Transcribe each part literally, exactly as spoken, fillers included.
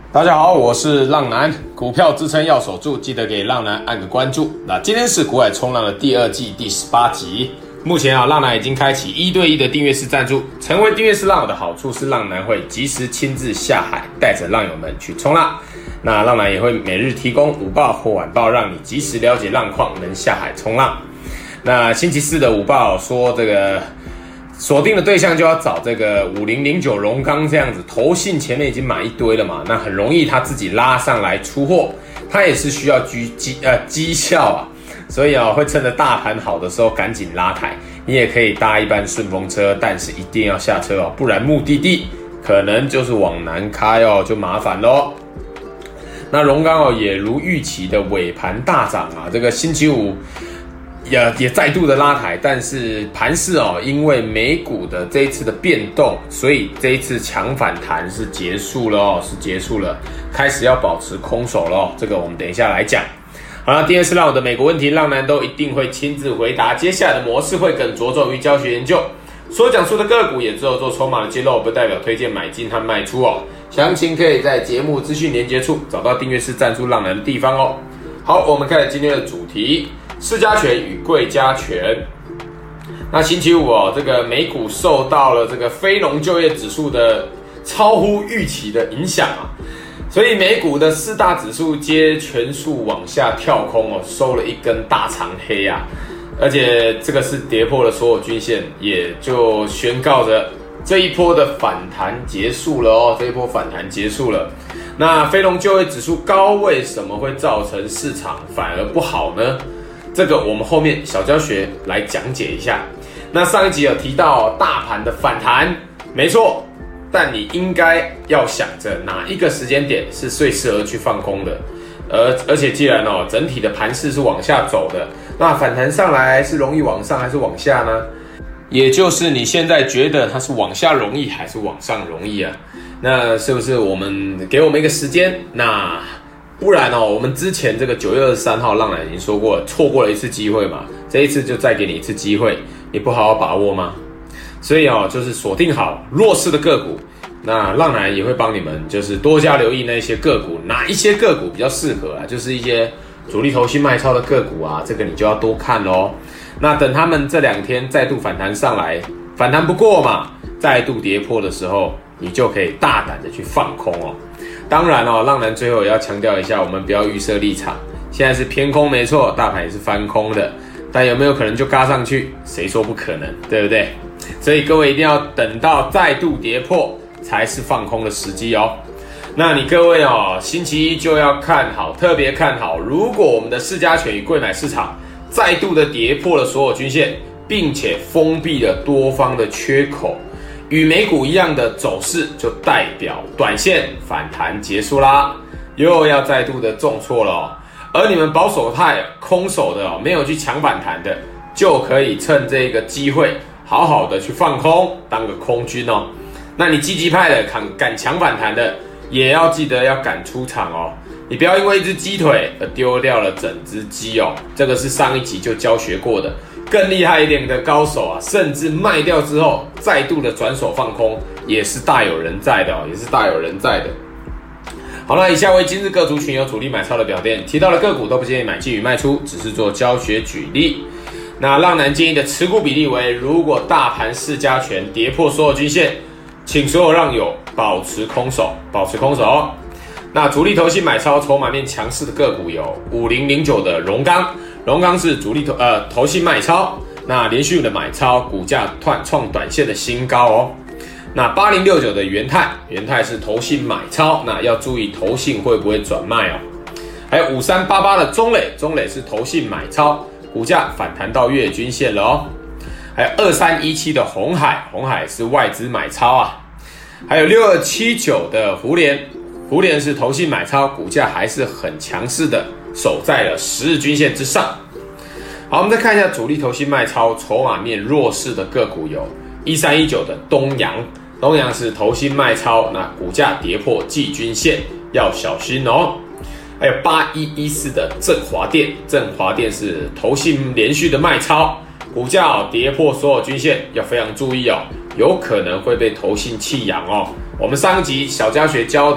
大家好，我是浪男，股票支撑要守住，记得给浪男按个关注。那今天是股海冲浪的第二季第十八集。目前啊，浪男已经开启一对一的订阅式赞助。成为订阅式浪友的好处是，浪男会及时亲自下海，带着浪友们去冲浪。那浪男也会每日提供午报或晚报，让你及时了解浪况，能下海冲浪。那星期四的午报说，这个锁定的对象就要找这个五零零九荣钢这样子，投信前面已经买一堆了嘛，那很容易他自己拉上来出货，他也是需要绩绩呃绩效啊，所以啊会趁着大盘好的时候赶紧拉抬。你也可以搭一班顺风车，但是一定要下车哦，不然目的地可能就是往南开哦，就麻烦咯。那荣钢哦也如预期的尾盘大涨啊，这个星期五也也再度的拉抬，但是盘势哦，因为美股的这一次的变动，所以这一次强反弹是结束了哦，是结束了，开始要保持空手了哦，这个我们等一下来讲。好了，第二次让我的美国问题，浪男都一定会亲自回答。接下来的模式会更着重于教学研究，所讲述的个股也只有做筹码的揭露，不代表推荐买进和卖出哦。详情可以在节目资讯连结处找到订阅式赞助浪男的地方哦。好，我们开始今天的主题。市加权与贵加权。那星期五哦，这个美股受到了这个非农就业指数的超乎预期的影响啊，所以美股的四大指数皆全数往下跳空哦，收了一根大长黑啊，而且这个是跌破了所有均线，也就宣告着这一波的反弹结束了哦，这一波反弹结束了。那非农就业指数高为什么会造成市场反而不好呢？这个我们后面小教学来讲解一下。那上一集有提到大盘的反弹，没错，但你应该要想着哪一个时间点是最适合去放空的。而而且既然哦整体的盘势是往下走的，那反弹上来是容易往上还是往下呢？也就是你现在觉得它是往下容易还是往上容易啊？那是不是我们给我们一个时间？那不然哦，我们之前这个九月二十三号浪男已经说过了，错过了一次机会嘛，这一次就再给你一次机会，你不好好把握吗？所以哦，就是锁定好弱势的个股，那浪男也会帮你们就是多加留意那些个股，哪一些个股比较适合啊？就是一些主力投信卖超的个股啊，这个你就要多看咯。那等他们这两天再度反弹上来，反弹不过嘛，再度跌破的时候，你就可以大胆的去放空哦。当然哦，浪男最后也要强调一下，我们不要预设立场。现在是偏空没错，大盘也是翻空的，但有没有可能就嘎上去？谁说不可能，对不对？所以各位一定要等到再度跌破才是放空的时机哦。那你各位哦，星期一就要看好，特别看好，如果我们的市加权与贵买市场再度的跌破了所有均线，并且封闭了多方的缺口，与美股一样的走势，就代表短线反弹结束啦，又要再度的重挫了哦。而你们保守派空手的哦，没有去抢反弹的，就可以趁这个机会好好的去放空，当个空军哦。那你积极派的敢敢抢反弹的，也要记得要敢出场哦。你不要因为一只鸡腿而丢掉了整只鸡哦，这个是上一集就教学过的。更厉害一点的高手啊，甚至卖掉之后再度的转手放空，也是大有人在的哦，也是大有人在的。好了，以下为今日各族群有主力买超的表现，提到的个股都不建议买进与卖出，只是做教学举例。那浪男建议的持股比例为：如果大盘市加权跌破所有均线，请所有浪友保持空手，保持空手哦。那主力投信买超筹码面强势的个股有五零零九的荣钢，荣钢是主力投呃投信卖超，那连续的买超，股价创创短线的新高哦。那八零六九的元泰，元泰是投信买超，那要注意投信会不会转卖哦。还有五三八八的中磊，中磊是投信买超，股价反弹到月均线了哦。还有二三一七的鸿海，鸿海是外资买超啊。还有六二七九的胡连，胡连是投信买超，股价还是很强势的，守在了十日均线之上。好，我们再看一下主力投信卖超，筹码面弱势的个股有一三一九的东阳，东阳是投信卖超，那股价跌破季均线，要小心哦。还有八一一四的振华电，振华电是投信连续的卖超，股价、哦、跌破所有均线，要非常注意哦，有可能会被投信弃养哦。我们上一集小家学教的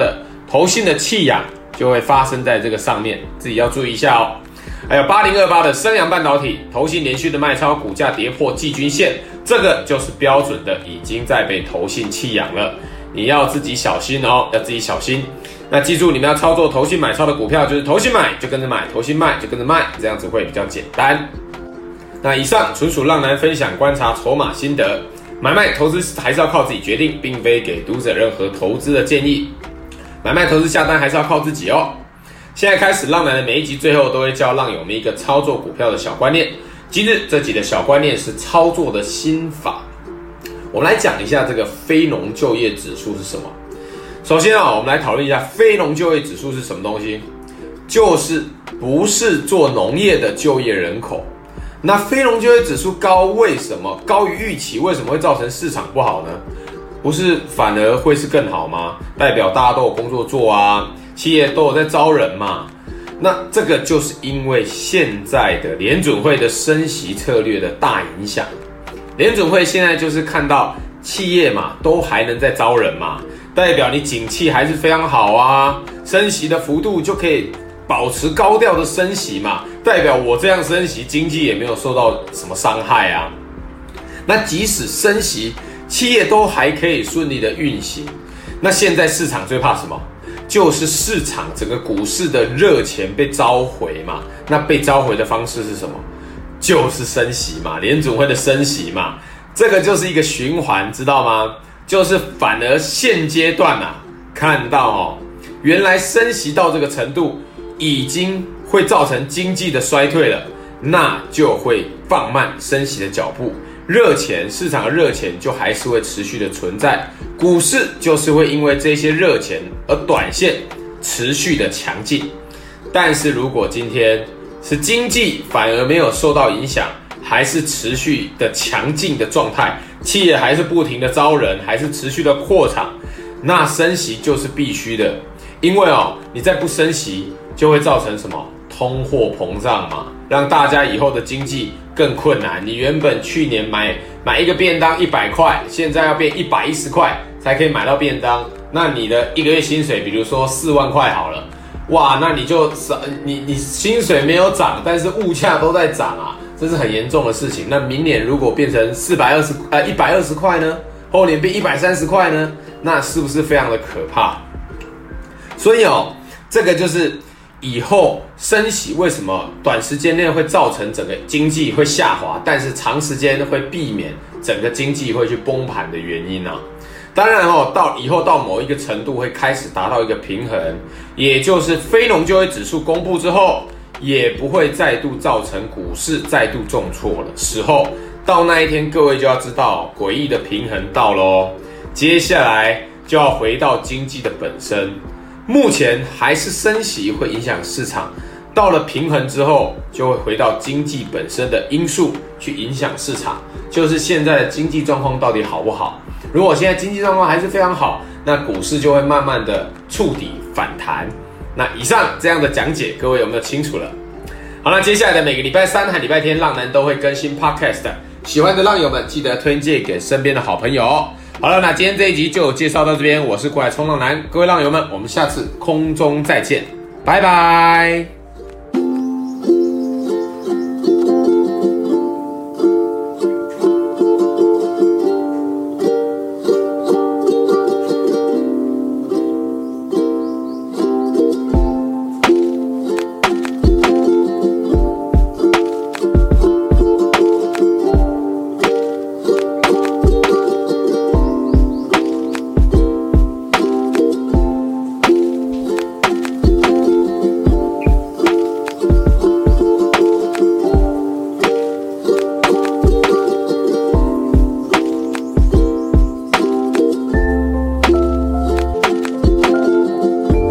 投信的弃养就会发生在这个上面，自己要注意一下哦。还有八零二八的升阳半导体，投信连续的卖超，股价跌破季均线，这个就是标准的已经在被投信弃养了，你要自己小心哦，要自己小心。那记住，你们要操作投信买超的股票，就是投信买就跟着买，投信卖就跟着卖，这样子会比较简单。那以上纯属浪男分享观察筹码心得，买卖投资还是要靠自己决定，并非给读者任何投资的建议。买卖投资下单还是要靠自己哦。现在开始，浪男的每一集最后都会教浪友们一个操作股票的小观念。今日这集的小观念是操作的心法。我们来讲一下这个非农就业指数是什么。首先啊，我们来讨论一下非农就业指数是什么东西，就是不是做农业的就业人口。那非农就业指数高，为什么高于预期？为什么会造成市场不好呢？不是反而会是更好吗？代表大家都有工作做啊，企业都有在招人嘛。那这个就是因为现在的联准会的升息策略的大影响。联准会现在就是看到企业嘛都还能再招人嘛，代表你景气还是非常好啊，升息的幅度就可以保持高调的升息嘛，代表我这样升息，经济也没有受到什么伤害啊。那即使升息，企业都还可以顺利的运行。那现在市场最怕什么？就是市场整个股市的热钱被召回嘛。那被召回的方式是什么？就是升息嘛，联准会的升息嘛。这个就是一个循环，知道吗？就是反而现阶段啊，看到哦，原来升息到这个程度，已经会造成经济的衰退了，那就会放慢升息的脚步。热钱，市场的热钱就还是会持续的存在，股市就是会因为这些热钱而短线持续的强劲。但是如果今天是经济反而没有受到影响，还是持续的强劲的状态，企业还是不停的招人，还是持续的扩厂，那升息就是必须的。因为哦，你再不升息，就会造成什么？通货膨胀嘛，让大家以后的经济更困难。你原本去年买买一个便当一百块，现在要变一百一十块才可以买到便当。那你的一个月薪水，比如说四万块好了，哇，那你就你你薪水没有涨，但是物价都在涨啊，这是很严重的事情。那明年如果变成四百二十呃一百二十块呢？后年变一百三十块呢？那是不是非常的可怕？所以哦，这个就是以后升息为什么短时间内会造成整个经济会下滑，但是长时间会避免整个经济会去崩盘的原因啊。当然哦，到以后到某一个程度会开始达到一个平衡，也就是非农就业指数公布之后，也不会再度造成股市再度重挫的时候，到那一天各位就要知道诡异的平衡到咯。接下来就要回到经济的本身。目前还是升息会影响市场，到了平衡之后，就会回到经济本身的因素去影响市场，就是现在的经济状况到底好不好。如果现在经济状况还是非常好，那股市就会慢慢的触底反弹。那以上这样的讲解，各位有没有清楚了？好，那接下来的每个礼拜三和礼拜天，浪男都会更新 podcast， 喜欢的浪友们记得推荐给身边的好朋友。好了，那今天这一集就介绍到这边，我是股海冲浪男，各位浪友们，我们下次空中再见，拜拜。